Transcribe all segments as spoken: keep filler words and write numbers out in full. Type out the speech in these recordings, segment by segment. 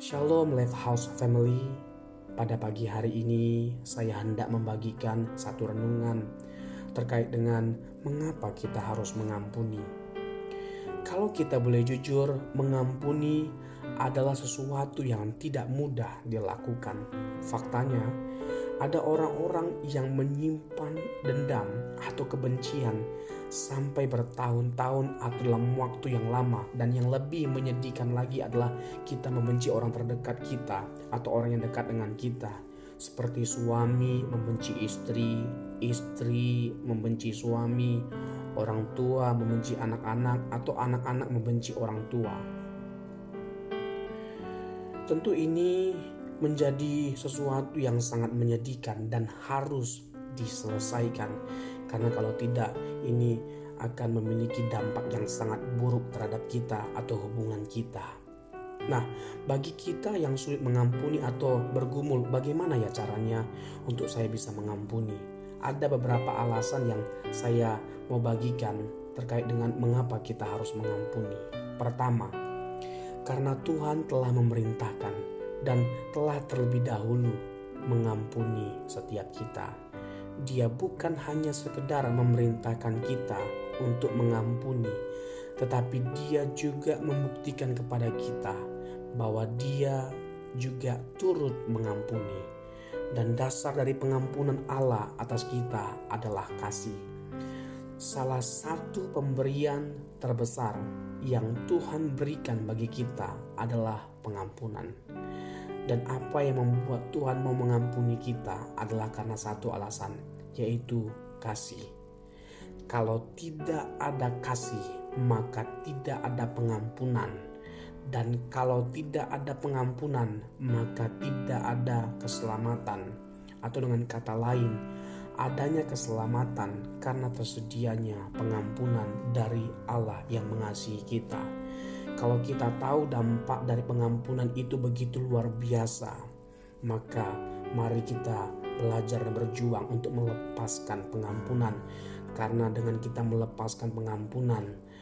Shalom Life House Family. Pada pagi hari ini saya hendak membagikan satu renungan terkait dengan mengapa kita harus mengampuni. Kalau kita boleh jujur, mengampuni adalah sesuatu yang tidak mudah dilakukan. Faktanya, ada orang-orang yang menyimpan dendam atau kebencian sampai bertahun-tahun atau dalam waktu yang lama. Dan yang lebih menyedihkan lagi adalah kita membenci orang terdekat kita atau orang yang dekat dengan kita. Seperti suami membenci istri, istri membenci suami, orang tua membenci anak-anak, atau anak-anak membenci orang tua. Tentu ini menjadi sesuatu yang sangat menyedihkan dan harus diselesaikan, karena kalau tidak ini akan memiliki dampak yang sangat buruk terhadap kita atau hubungan kita. Nah, bagi kita yang sulit mengampuni atau bergumul, bagaimana ya caranya untuk saya bisa mengampuni? Ada beberapa alasan yang saya mau bagikan terkait dengan mengapa kita harus mengampuni. Pertama, karena Tuhan telah memerintahkan dan telah terlebih dahulu mengampuni setiap kita. Dia bukan hanya sekedar memerintahkan kita untuk mengampuni, tetapi dia juga membuktikan kepada kita bahwa dia juga turut mengampuni. Dan dasar dari pengampunan Allah atas kita adalah kasih. Salah satu pemberian terbesar yang Tuhan berikan bagi kita adalah pengampunan. Dan apa yang membuat Tuhan mau mengampuni kita adalah karena satu alasan, yaitu kasih. Kalau tidak ada kasih, maka tidak ada pengampunan. Dan kalau tidak ada pengampunan, maka tidak ada keselamatan. Atau dengan kata lain, adanya keselamatan karena tersedianya pengampunan dari Allah yang mengasihi kita. Kalau kita tahu dampak dari pengampunan itu begitu luar biasa, maka mari kita belajar dan berjuang untuk melepaskan pengampunan. Karena dengan kita melepaskan pengampunan,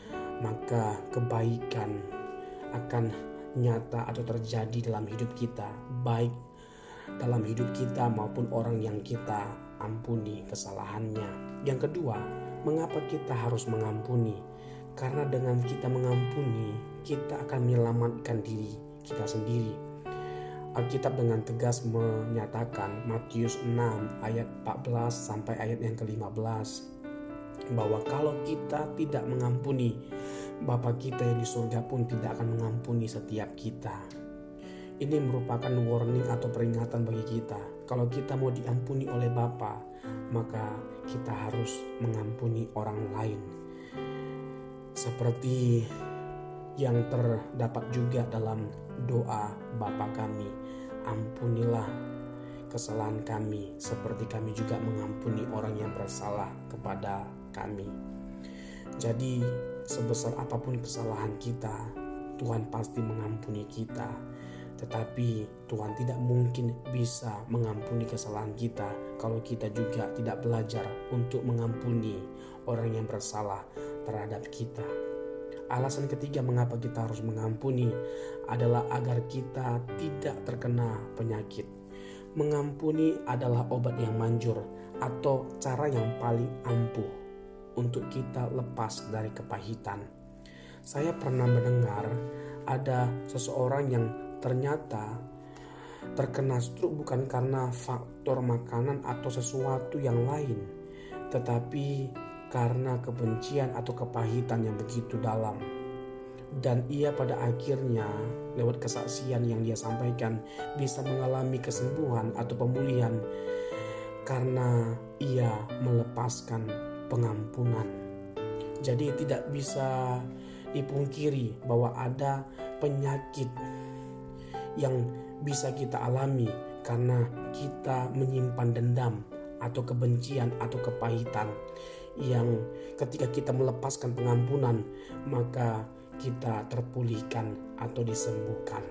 maka kebaikan akan nyata atau terjadi dalam hidup kita, baik dalam hidup kita maupun orang yang kita ampuni kesalahannya. Yang kedua, mengapa kita harus mengampuni? Karena dengan kita mengampuni, kita akan menyelamatkan diri kita sendiri. Alkitab dengan tegas menyatakan, Matius enam ayat empat belas sampai ayat yang kelima belas, bahwa kalau kita tidak mengampuni, Bapa kita yang di surga pun tidak akan mengampuni setiap kita. Ini merupakan warning atau peringatan bagi kita. Kalau kita mau diampuni oleh Bapa, maka kita harus mengampuni orang lain. Seperti yang terdapat juga dalam doa Bapa kami, ampunilah kesalahan kami seperti kami juga mengampuni orang yang bersalah kepada kami. Jadi sebesar apapun kesalahan kita, Tuhan pasti mengampuni kita. Tetapi Tuhan tidak mungkin bisa mengampuni kesalahan kita kalau kita juga tidak belajar untuk mengampuni orang yang bersalah terhadap kita. Alasan ketiga mengapa kita harus mengampuni adalah agar kita tidak terkena penyakit. Mengampuni adalah obat yang manjur atau cara yang paling ampuh untuk kita lepas dari kepahitan. Saya pernah mendengar ada seseorang yang ternyata terkena stroke bukan karena faktor makanan atau sesuatu yang lain, tetapi karena kebencian atau kepahitan yang begitu dalam. Dan ia pada akhirnya lewat kesaksian yang dia sampaikan bisa mengalami kesembuhan atau pemulihan karena ia melepaskan pengampunan. Jadi tidak bisa dipungkiri bahwa ada penyakit yang bisa kita alami karena kita menyimpan dendam atau kebencian atau kepahitan, yang ketika kita melepaskan pengampunan maka kita terpulihkan atau disembuhkan.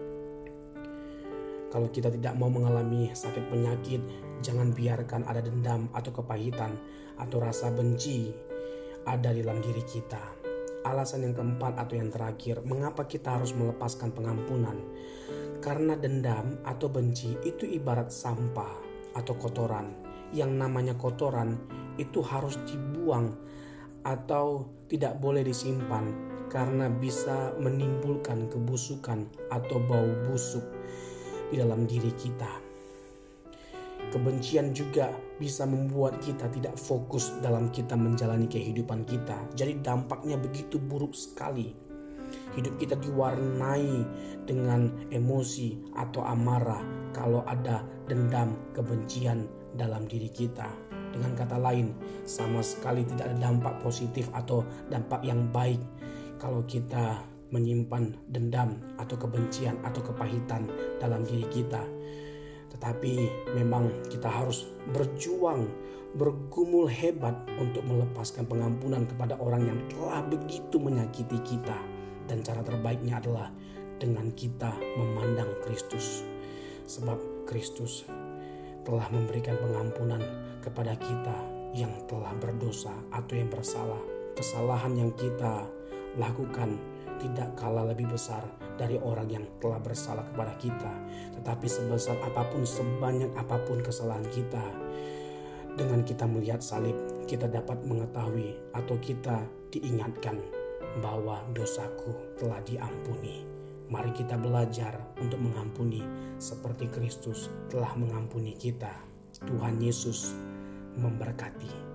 Kalau kita tidak mau mengalami sakit penyakit, jangan biarkan ada dendam atau kepahitan atau rasa benci ada di dalam diri kita. Alasan yang keempat atau yang terakhir, mengapa kita harus melepaskan pengampunan? Karena dendam atau benci itu ibarat sampah atau kotoran. Yang namanya kotoran itu harus dibuang atau tidak boleh disimpan karena bisa menimbulkan kebusukan atau bau busuk di dalam diri kita. Kebencian juga bisa membuat kita tidak fokus dalam kita menjalani kehidupan kita. Jadi dampaknya begitu buruk sekali. Hidup kita diwarnai dengan emosi atau amarah kalau ada dendam, kebencian dalam diri kita. Dengan kata lain, sama sekali tidak ada dampak positif atau dampak yang baik kalau kita menyimpan dendam atau kebencian atau kepahitan dalam diri kita. Tetapi memang kita harus berjuang, bergumul hebat untuk melepaskan pengampunan kepada orang yang telah begitu menyakiti kita. Dan cara terbaiknya adalah dengan kita memandang Kristus. Sebab Kristus telah memberikan pengampunan kepada kita yang telah berdosa atau yang bersalah. Kesalahan yang kita lakukan tidak kalah lebih besar dari orang yang telah bersalah kepada kita. Tetapi sebesar apapun, sebanyak apapun kesalahan kita, dengan kita melihat salib, kita dapat mengetahui atau kita diingatkan bahwa dosaku telah diampuni. Mari kita belajar untuk mengampuni seperti Kristus telah mengampuni kita. Tuhan Yesus memberkati.